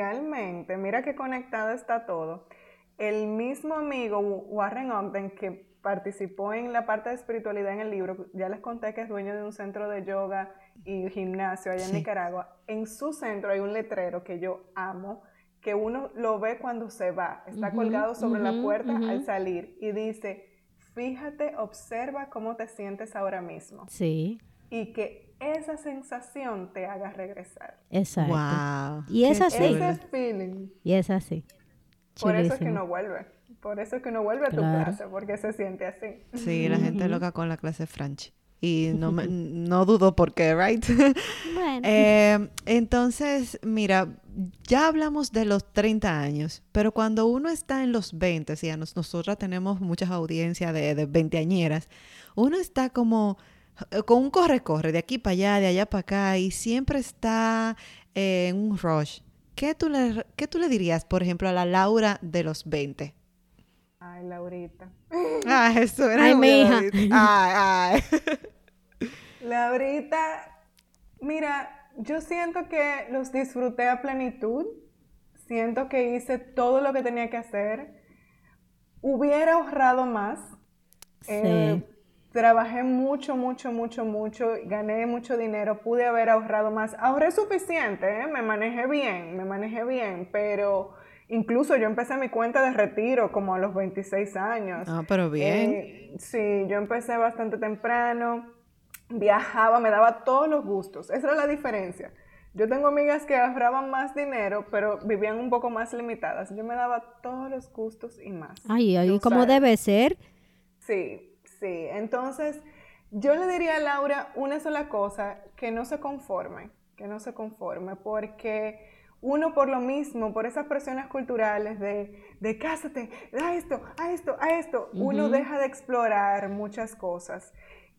coincidencialmente, mira qué conectado está todo. El mismo amigo Warren Ogden que participó en la parte de espiritualidad en el libro, ya les conté que es dueño de un centro de yoga y gimnasio allá sí. en Nicaragua. En su centro hay un letrero que yo amo, que uno lo ve cuando se va, está uh-huh, colgado sobre uh-huh, la puerta uh-huh. al salir y dice, fíjate, observa cómo te sientes ahora mismo. Sí. Y que esa sensación te haga regresar. Exacto. Wow. Y es así. Ese feeling. Y es así. Por Chulísimo. Eso es que uno vuelve. Por eso es que uno vuelve a tu claro. clase, porque se siente así. Sí, la uh-huh. gente loca con la clase French. Y no, me, no dudo por qué, ¿right? Bueno. eh, entonces, mira, ya hablamos de los treinta años, pero cuando uno está en los veinte, o nos, nosotras tenemos muchas audiencias de, de veinteañeras, uno está como con un corre-corre de aquí para allá, de allá para acá, y siempre está eh, en un rush. ¿Qué tú, le, ¿Qué tú le dirías, por ejemplo, a la Laura de los veinte? Ay, Laurita. Ah, eso era Ay, mi hija. Ay, ay. Laurita, mira, yo siento que los disfruté a plenitud. Siento que hice todo lo que tenía que hacer. Hubiera ahorrado más. Sí. Eh, trabajé mucho, mucho, mucho, mucho. Gané mucho dinero. Pude haber ahorrado más. Ahorré suficiente, ¿eh? Me manejé bien, me manejé bien, pero... Incluso yo empecé mi cuenta de retiro como a los veintiséis años. Ah, pero bien. Eh, sí, yo empecé bastante temprano, viajaba, me daba todos los gustos. Esa era la diferencia. Yo tengo amigas que ahorraban más dinero, pero vivían un poco más limitadas. Yo me daba todos los gustos y más. Ay, ay, ¿cómo debe ser? Sí, sí. Entonces, yo le diría a Laura una sola cosa, que no se conforme, que no se conforme, porque... Uno por lo mismo, por esas presiones culturales de, de cásate, a esto, a esto, a esto, uh-huh. uno deja de explorar muchas cosas.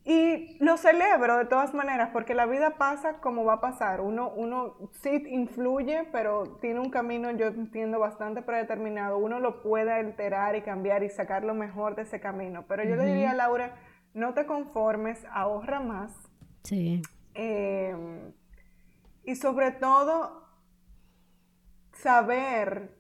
Y lo celebro de todas maneras, porque la vida pasa como va a pasar. Uno, uno sí influye, pero tiene un camino, yo entiendo, bastante predeterminado. Uno lo puede alterar y cambiar y sacar lo mejor de ese camino. Pero yo uh-huh. le diría a Laura, no te conformes, ahorra más. Sí. Eh, y sobre todo... saber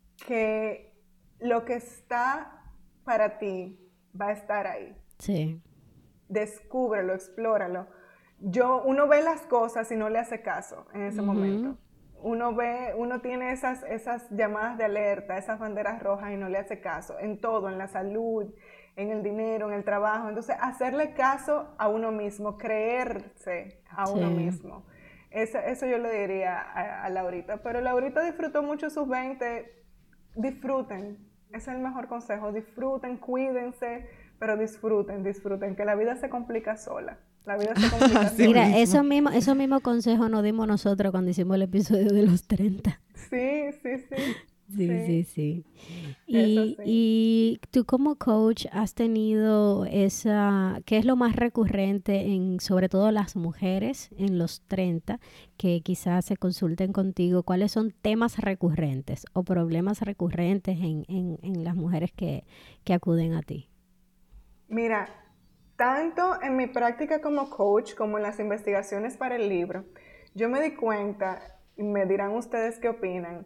que lo que está para ti va a estar ahí. Sí. Descúbrelo, explóralo. Yo, uno ve las cosas y no le hace caso en ese uh-huh. momento. Uno ve, uno tiene esas, esas llamadas de alerta, esas banderas rojas y no le hace caso. En todo, en la salud, en el dinero, en el trabajo. Entonces, hacerle caso a uno mismo, creerse a sí. uno mismo. Eso, eso yo le diría a, a Laurita. Pero Laurita disfrutó mucho sus veinte. Disfruten. Ese es el mejor consejo. Disfruten, cuídense, pero disfruten, disfruten. Que la vida se complica sola. La vida se complica sola. Mira, eso mismo, esos mismos consejos nos dimos nosotros cuando hicimos el episodio de los treinta. Sí, sí, sí. Sí, sí, sí. sí. Y, sí. y tú como coach has tenido esa, ¿qué es lo más recurrente en, sobre todo las mujeres en los treinta, que quizás se consulten contigo? ¿Cuáles son temas recurrentes o problemas recurrentes en, en, en las mujeres que, que acuden a ti? Mira, tanto en mi práctica como coach como en las investigaciones para el libro, yo me di cuenta, y me dirán ustedes qué opinan,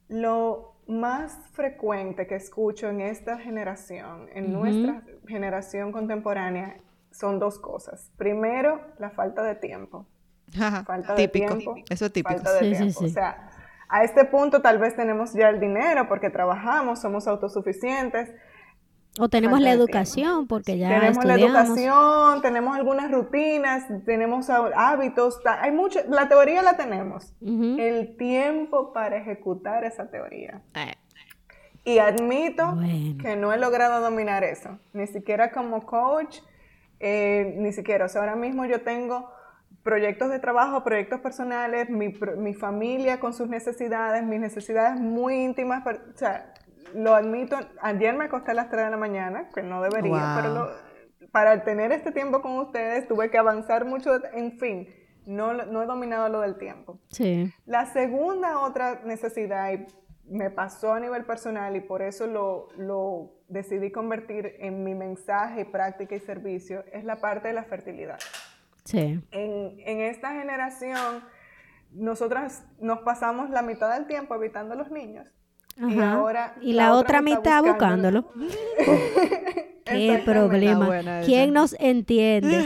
lo más frecuente que escucho en esta generación, en uh-huh. nuestra generación contemporánea, son dos cosas. Primero, la falta de tiempo. Falta típico. de tiempo. Eso es típico. Falta de sí, tiempo. Sí, sí. O sea, a este punto tal vez tenemos ya el dinero porque trabajamos, somos autosuficientes. O tenemos Falta la educación porque ya tenemos estudiamos. la educación, tenemos algunas rutinas, tenemos hábitos, hay mucho, la teoría la tenemos, uh-huh. el tiempo para ejecutar esa teoría. Eh. Y admito bueno. que no he logrado dominar eso, ni siquiera como coach, eh, ni siquiera, o sea, ahora mismo yo tengo proyectos de trabajo, proyectos personales, mi, mi familia con sus necesidades, mis necesidades muy íntimas, pero, o sea, lo admito, ayer me acosté a las tres de la mañana, que no debería, wow. pero lo, para tener este tiempo con ustedes tuve que avanzar mucho, en fin, no, no he dominado lo del tiempo. Sí. La segunda otra necesidad, y me pasó a nivel personal y por eso lo, lo decidí convertir en mi mensaje, práctica y servicio, es la parte de la fertilidad. Sí. En, en esta generación, nosotras nos pasamos la mitad del tiempo evitando a los niños. Ajá. Y ahora y la, la otra, otra mitad buscándolo. buscándolo. Qué problema. ¿Quién nos entiende?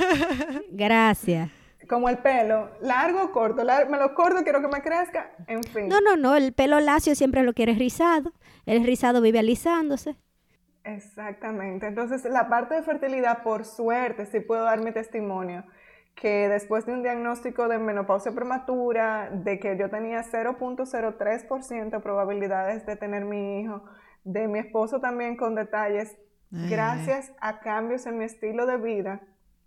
Gracias. Como el pelo, largo o corto, largo, me lo corto, quiero que me crezca, en fin. No, no, no, el pelo lacio siempre lo quieres rizado, el rizado vive alisándose. Exactamente, entonces la parte de fertilidad, por suerte, sí puedo dar mi testimonio, que después de un diagnóstico de menopausia prematura, de que yo tenía cero punto cero tres por ciento de probabilidades de tener mi hijo, de mi esposo también con detalles, Ay. gracias a cambios en mi estilo de vida,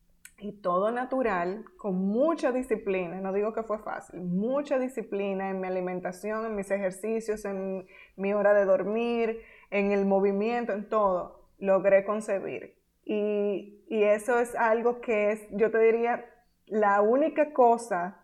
y todo natural, con mucha disciplina, no digo que fue fácil, mucha disciplina en mi alimentación, en mis ejercicios, en mi hora de dormir, en el movimiento, en todo, logré concebir. Y, y eso es algo que es, yo te diría, la única cosa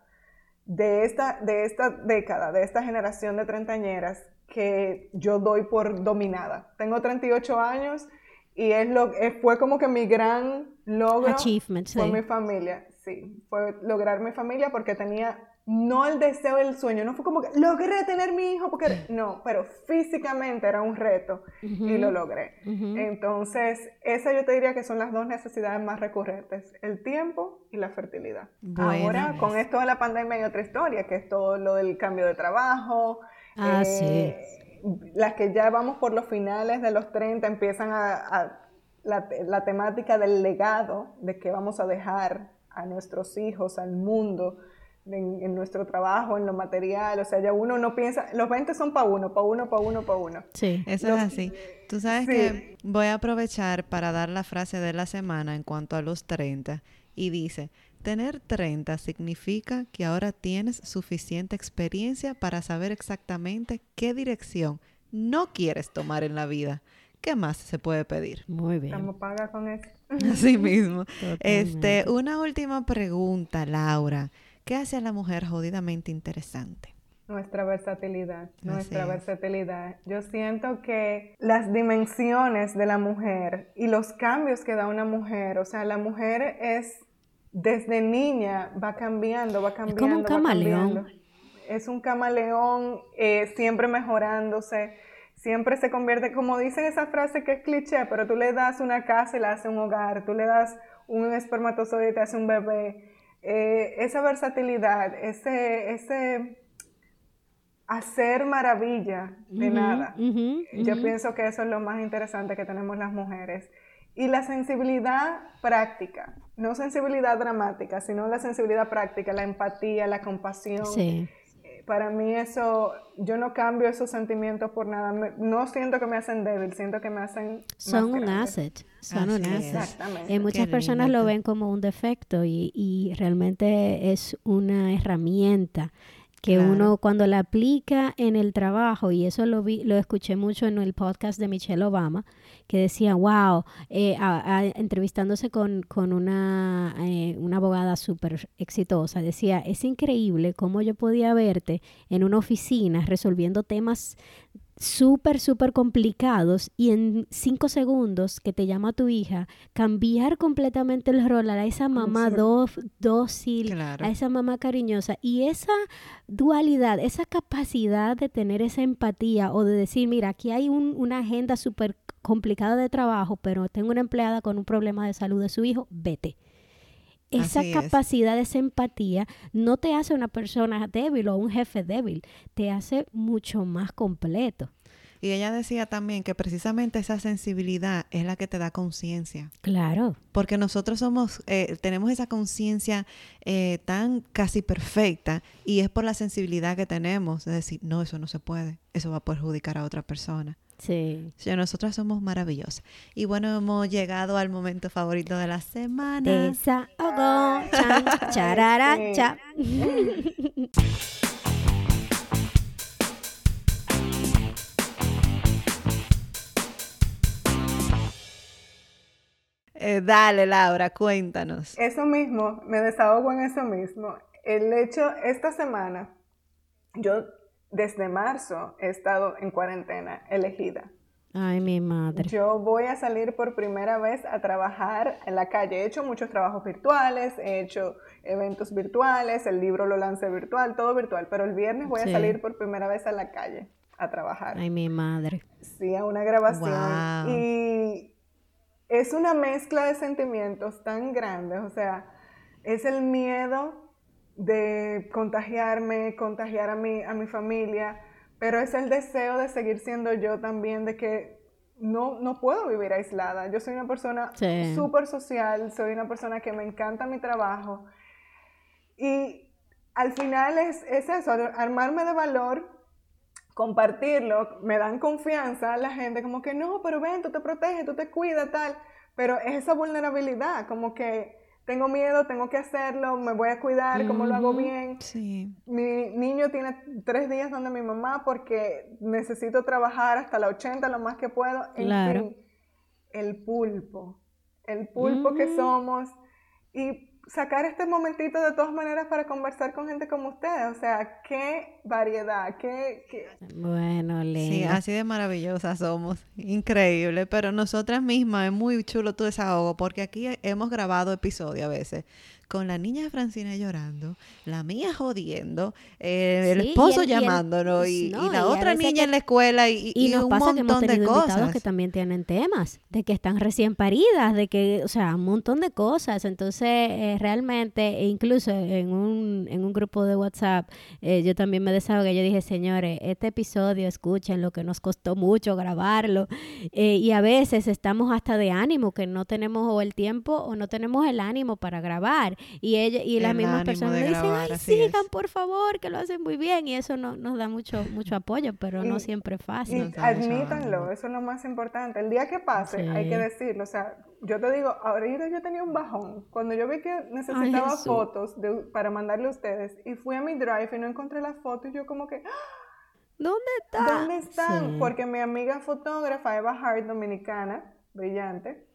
de esta, de esta década, de esta generación de treintañeras que yo doy por dominada. Tengo treinta y ocho años y es lo, fue como que mi gran logro Achievement, fue sí. mi familia, sí, fue lograr mi familia porque tenía, no el deseo, el sueño, no fue como que logré tener mi hijo, porque no, pero físicamente era un reto uh-huh. y lo logré. Uh-huh. Entonces, esas yo te diría que son las dos necesidades más recurrentes, el tiempo y la fertilidad. Buenas. Ahora, con esto de la pandemia hay otra historia, que es todo lo del cambio de trabajo. Ah, eh, sí. Las que ya vamos por los finales de los treinta empiezan a... a La, la temática del legado, de qué vamos a dejar a nuestros hijos, al mundo, en, en nuestro trabajo, en lo material. O sea, ya uno no piensa, los veinte son para uno, para uno, para uno, para uno. Sí, eso los, es así. Tú sabes sí. que voy a aprovechar para dar la frase de la semana en cuanto a los treinta, y dice, tener treinta significa que ahora tienes suficiente experiencia para saber exactamente qué dirección no quieres tomar en la vida. ¿Qué más se puede pedir? Muy bien. Estamos pagas con eso. Así mismo. Este, una última pregunta, Laura. ¿Qué hace a la mujer jodidamente interesante? Nuestra versatilidad, nuestra Así versatilidad. Es. Yo siento que las dimensiones de la mujer y los cambios que da una mujer, o sea, la mujer es, desde niña, va cambiando, va cambiando, es como un camaleón. Es un camaleón, eh, siempre mejorándose. Siempre se convierte, como dicen esa frase que es cliché, pero tú le das una casa y le hace un hogar, tú le das un espermatozoide y te hace un bebé. Eh, esa versatilidad, ese, ese hacer maravilla de uh-huh, nada. Uh-huh, Yo uh-huh. pienso que eso es lo más interesante que tenemos las mujeres. Y la sensibilidad práctica, no sensibilidad dramática, sino la sensibilidad práctica, la empatía, la compasión. Sí. Para mí eso, yo no cambio esos sentimientos por nada. Me, no siento que me hacen débil, siento que me hacen Son más un grande. asset. Son Así un asset. Exactamente. Eh, muchas Qué personas lindo. lo ven como un defecto y, y realmente es una herramienta que Claro. uno cuando la aplica en el trabajo, y eso lo vi, lo escuché mucho en el podcast de Michelle Obama, que decía, wow, eh, a, a, entrevistándose con, con una, eh, una abogada súper exitosa, decía, es increíble cómo yo podía verte en una oficina resolviendo temas súper, súper complicados y en cinco segundos que te llama tu hija, cambiar completamente el rol a esa mamá do, dócil, Claro. a esa mamá cariñosa. Y esa dualidad, esa capacidad de tener esa empatía o de decir, mira, aquí hay un, una agenda súper complicada de trabajo, pero tengo una empleada con un problema de salud de su hijo, vete. Esa Así capacidad es. de esa empatía no te hace una persona débil o un jefe débil, te hace mucho más completo. Y ella decía también que precisamente esa sensibilidad es la que te da conciencia. Claro. Porque nosotros somos, eh, tenemos esa conciencia eh, tan casi perfecta y es por la sensibilidad que tenemos. Es decir, no, eso no se puede. Eso va a perjudicar a otra persona. Sí. O sea, nosotras somos maravillosas. Y bueno, hemos llegado al momento favorito de la semana. Desahogo, chan, chararacha. Eh, dale, Laura, cuéntanos. Eso mismo, me desahogo en eso mismo. El hecho, esta semana, yo desde marzo he estado en cuarentena elegida. Ay, mi madre. Yo voy a salir por primera vez a trabajar en la calle. He hecho muchos trabajos virtuales, he hecho eventos virtuales, el libro lo lancé virtual, todo virtual, pero el viernes voy Sí. a salir por primera vez a la calle a trabajar. Ay, mi madre. Sí, a una grabación. Wow. Y es una mezcla de sentimientos tan grandes, o sea, es el miedo de contagiarme, contagiar a mi, a mi familia, pero es el deseo de seguir siendo yo también, de que no, no puedo vivir aislada. Yo soy una persona sí. súper social, soy una persona que me encanta mi trabajo, y al final es, es eso, armarme de valor, compartirlo, me dan confianza la gente, como que no, pero ven, tú te proteges, tú te cuidas, tal, pero es esa vulnerabilidad, como que tengo miedo, tengo que hacerlo, me voy a cuidar, ¿cómo uh-huh. lo hago bien? Sí. Mi niño tiene tres días donde mi mamá porque necesito trabajar hasta la ochenta lo más que puedo, en claro. fin, el pulpo, el pulpo uh-huh. que somos, y sacar este momentito de todas maneras para conversar con gente como ustedes, o sea, qué variedad, qué... qué... Bueno, Lena. Sí, así de maravillosas somos, increíble, pero nosotras mismas es muy chulo tu desahogo, porque aquí hemos grabado episodios a veces con la niña Francina llorando, la mía jodiendo, eh, el sí, esposo y el, llamándonos y, y, no, y la y otra niña que, en la escuela y, y, y nos un pasa montón que hemos de cosas. Invitados que también tienen temas, de que están recién paridas, de que, o sea, un montón de cosas. Entonces, eh, realmente, e incluso en un, en un grupo de WhatsApp, eh, yo también me desahogué, yo dije, señores, este episodio, escuchen lo que nos costó mucho grabarlo, eh, y a veces estamos hasta de ánimo, que no tenemos o el tiempo o no tenemos el ánimo para grabar, y ella y las mismas personas le dicen, grabar, ay, sigan, es. por favor, que lo hacen muy bien, y eso no, nos da mucho mucho apoyo, pero y, no siempre es fácil. Y admítanlo, eso es lo más importante. El día que pase, sí. hay que decirlo, o sea, yo te digo, ahorita yo tenía un bajón, cuando yo vi que necesitaba ay, fotos de, para mandarle a ustedes, y fui a mi drive y no encontré las fotos, y yo como que, ¿dónde están? ¿Dónde están? Sí. Porque mi amiga fotógrafa, Eva Hart, dominicana, brillante,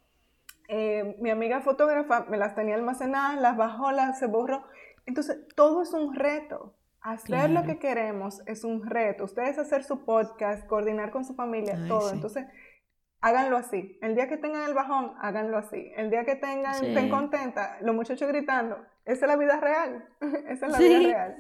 Eh, mi amiga fotógrafa me las tenía almacenadas, las bajó, las se borró. Entonces, todo es un reto. Hacer claro. lo que queremos es un reto. Ustedes hacer su podcast, coordinar con su familia, Ay, todo. Sí. Entonces, háganlo así. El día que tengan el bajón, háganlo así. El día que tengan, sí. estén contentas, los muchachos gritando, esa es la vida real. Esa es la sí. vida real.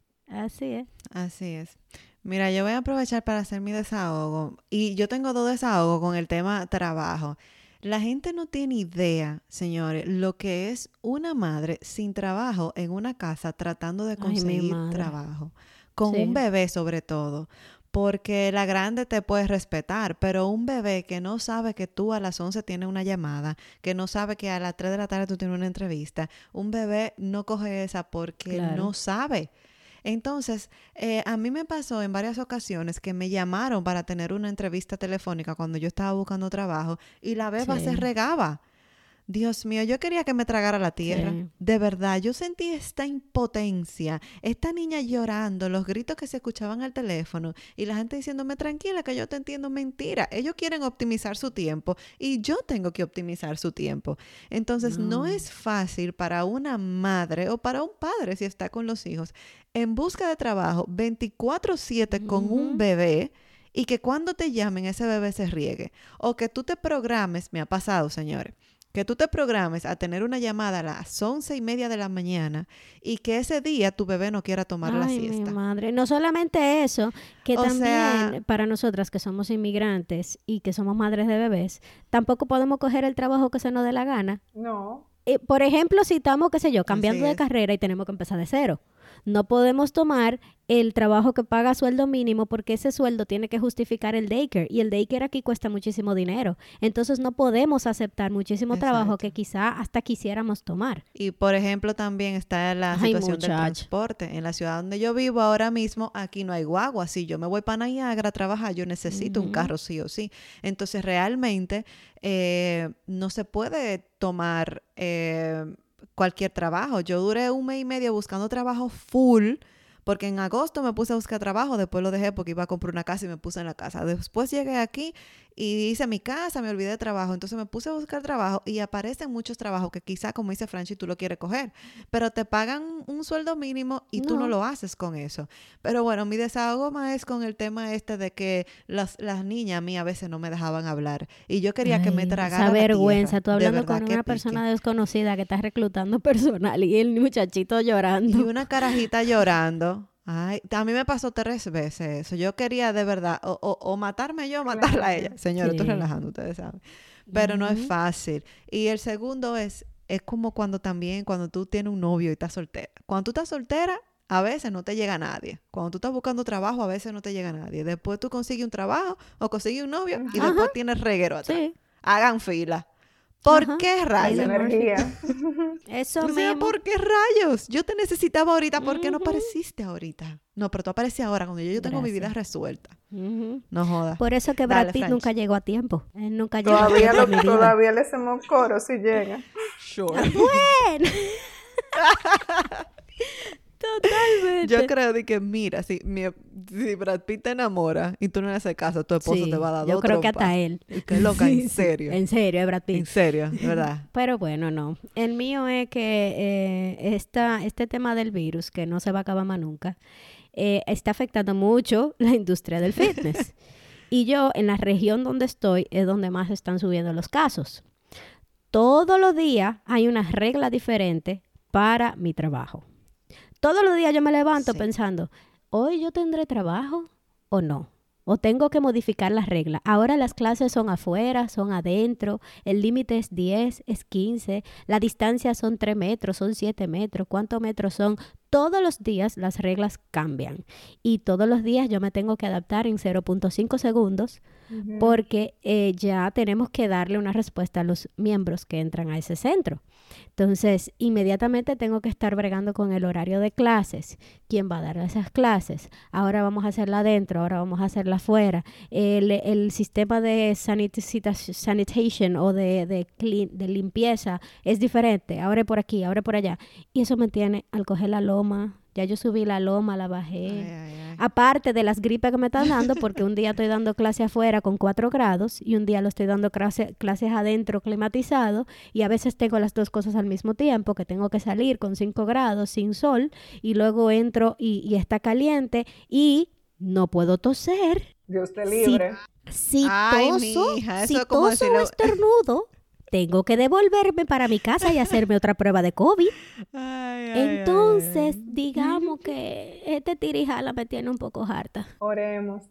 Así es. Así es. Mira, yo voy a aprovechar para hacer mi desahogo. Y yo tengo dos desahogos con el tema trabajo. La gente no tiene idea, señores, lo que es una madre sin trabajo en una casa tratando de conseguir Ay, trabajo. Con sí. un bebé sobre todo. Porque la grande te puede respetar, pero un bebé que no sabe que tú a las once tienes una llamada, que no sabe que a las tres de la tarde tú tienes una entrevista, un bebé no coge esa porque claro. no sabe. Entonces, eh, a mí me pasó en varias ocasiones que me llamaron para tener una entrevista telefónica cuando yo estaba buscando trabajo y la beba sí. se regaba. Dios mío, yo quería que me tragara la tierra. Sí. De verdad, yo sentí esta impotencia, esta niña llorando, los gritos que se escuchaban al teléfono y la gente diciéndome, tranquila, que yo te entiendo. Mentira. Ellos quieren optimizar su tiempo y yo tengo que optimizar su tiempo. Entonces, no, no es fácil para una madre o para un padre si está con los hijos en busca de trabajo veinticuatro siete uh-huh. con un bebé y que cuando te llamen ese bebé se riegue. O que tú te programes, me ha pasado, señores, que tú te programes a tener una llamada a las once y media de la mañana y que ese día tu bebé no quiera tomar Ay, la siesta. Mi madre. No solamente eso, que o también sea, para nosotras que somos inmigrantes y que somos madres de bebés, tampoco podemos coger el trabajo que se nos dé la gana. No. Eh, por ejemplo, si estamos, qué sé yo, cambiando de carrera y tenemos que empezar de cero. No podemos tomar el trabajo que paga sueldo mínimo porque ese sueldo tiene que justificar el daycare y el daycare aquí cuesta muchísimo dinero. Entonces no podemos aceptar muchísimo Exacto. trabajo que quizá hasta quisiéramos tomar. Y por ejemplo también está la Ay, situación muchacho. del transporte. En la ciudad donde yo vivo ahora mismo, aquí no hay guagua. Si yo me voy para Niagara a trabajar, yo necesito uh-huh. un carro sí o sí. Entonces realmente eh, no se puede tomar eh, cualquier trabajo. Yo duré un mes y medio buscando trabajo full, porque en agosto me puse a buscar trabajo, después lo dejé porque iba a comprar una casa y me puse en la casa. Después llegué aquí y hice mi casa, me olvidé de trabajo, entonces me puse a buscar trabajo y aparecen muchos trabajos que quizá, como dice Franchi, tú lo quieres coger, pero te pagan un sueldo mínimo y no. tú no lo haces con eso. Pero bueno, mi desahogo más es con el tema este de que las, las niñas a mí a veces no me dejaban hablar y yo quería Ay, que me tragara esa vergüenza, tierra. Tú hablando con una persona desconocida que está reclutando personal y el muchachito llorando. Y una carajita llorando. Ay, a mí me pasó tres veces eso. Yo quería de verdad o, o, o matarme yo o matarla claro. a ella. Señora, sí. estoy relajando, ustedes saben. pero uh-huh. no es fácil. Y el segundo es, es como cuando también, cuando tú tienes un novio y estás soltera. Cuando tú estás soltera, a veces no te llega nadie. Cuando tú estás buscando trabajo, a veces no te llega nadie. Después tú consigues un trabajo o consigues un novio y uh-huh. después tienes reguero atrás. Sí. Hagan fila. ¿Por uh-huh. qué rayos? Energía. Eso o sea, mismo. ¿por qué rayos? Yo te necesitaba ahorita. ¿Por qué uh-huh. no apareciste ahorita? No, pero tú apareces ahora cuando yo, yo tengo Gracias. mi vida resuelta. Uh-huh. No jodas. Por eso que Brad Pitt nunca llegó a tiempo. Él nunca llegó todavía a tiempo. Lo, todavía le hacemos coro si llega. Sure. Bueno. Totalmente. Yo creo de que, mira, si, mi, si Brad Pitt te enamora y tú no le haces caso, tu esposo sí, te va a dar yo dos creo trompas. que hasta él. Qué loca, en serio. En serio, es Brad Pitt. En serio, de verdad. Pero bueno, no. El mío es que eh, esta, este tema del virus, que no se va a acabar más nunca, eh, está afectando mucho la industria del fitness. Y yo, en la región donde estoy, es donde más están subiendo los casos. Todos los días hay una regla diferente para mi trabajo. Todos los días yo me levanto sí. pensando, ¿hoy yo tendré trabajo o no? ¿O tengo que modificar las reglas? Ahora las clases son afuera, son adentro, el límite es diez, es quince, la distancia son tres metros, son siete metros, ¿cuántos metros son? Todos los días las reglas cambian y todos los días yo me tengo que adaptar en cero punto cinco segundos uh-huh. porque eh, ya tenemos que darle una respuesta a los miembros que entran a ese centro. Entonces, inmediatamente tengo que estar bregando con el horario de clases. ¿Quién va a dar esas clases? Ahora vamos a hacerla adentro, ahora vamos a hacerla afuera. El, el sistema de sanit- sanitation o de, de, clean, de limpieza es diferente. Ahora es por aquí, ahora es por allá. Y eso me tiene al coger la loma. Ya yo subí la loma, la bajé. Ay, ay, ay. Aparte de las gripes que me están dando, porque un día estoy dando clase afuera con cuatro grados y un día lo estoy dando clase, clases adentro climatizado y a veces tengo las dos cosas al mismo tiempo, que tengo que salir con cinco grados sin sol y luego entro y, y está caliente y no puedo toser. Dios te libre. Si, si Ay, toso, mija, si eso como toso decirlo... o estornudo, tengo que devolverme para mi casa y hacerme otra prueba de COVID. Ay, ay, Entonces, ay. digamos que este tirijala me tiene un poco harta. Oremos.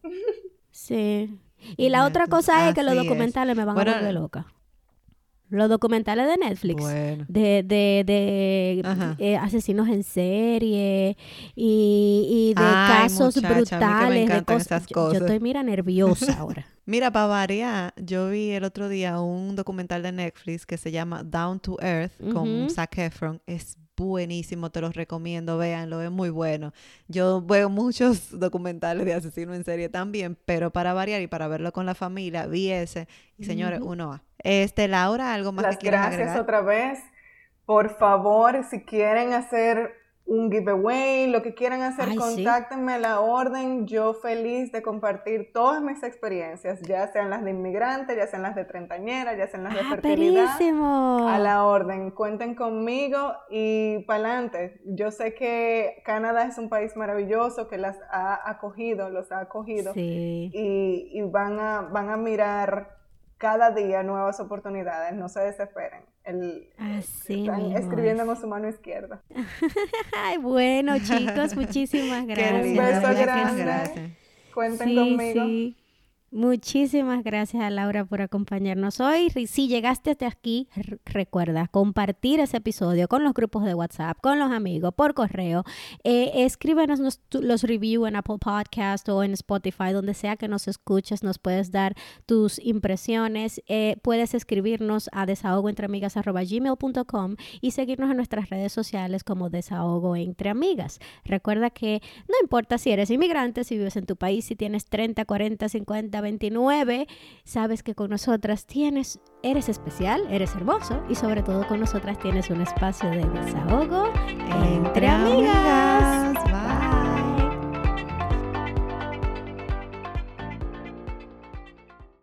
Sí. Y la otra cosa es que los documentales es. me van bueno, a volver loca. Los documentales de Netflix, bueno. de, de, de eh, asesinos en serie y, y de Ay, casos muchacha, brutales. de cos- esas yo, cosas. yo estoy, mira, nerviosa ahora. Mira, para variar, yo vi el otro día un documental de Netflix que se llama Down to Earth uh-huh. con Zac Efron. Es buenísimo, te los recomiendo, véanlo, es muy bueno. Yo veo muchos documentales de asesinos en serie también, pero para variar y para verlo con la familia, vi ese. Y señores, uh-huh. uno va. Este, Laura, ¿algo más Las que quieras gracias agregar? otra vez. Por favor, si quieren hacer un giveaway, lo que quieran hacer, Ay, contáctenme a la orden. Yo feliz de compartir todas mis experiencias, ya sean las de inmigrante, ya sean las de treintañera, ya sean las de Ah, fertilidad. perísimo. A la orden. Cuenten conmigo y pa'lante. Yo sé que Canadá es un país maravilloso que las ha acogido, los ha acogido. Sí. Y, y van a, van a mirar cada día nuevas oportunidades, no se desesperen. El, Así están mismo escribiendo es. con su mano izquierda. Ay, bueno, chicos, muchísimas gracias. Un beso Muchas grande. gracias. Cuenten Sí, conmigo. sí. Muchísimas gracias a Laura por acompañarnos hoy. Si llegaste hasta aquí, r- recuerda compartir ese episodio con los grupos de WhatsApp, con los amigos, por correo. Eh, escríbenos los, los reviews en Apple Podcast o en Spotify, donde sea que nos escuches, nos puedes dar tus impresiones. Eh, puedes escribirnos a desahogoentreamigas arroba gmail punto com y seguirnos en nuestras redes sociales como Desahogo Entre Amigas. Recuerda que no importa si eres inmigrante, si vives en tu país, si tienes treinta, cuarenta, cincuenta, veintinueve, sabes que con nosotras tienes, eres especial, eres hermoso y sobre todo con nosotras tienes un espacio de desahogo entre amigas.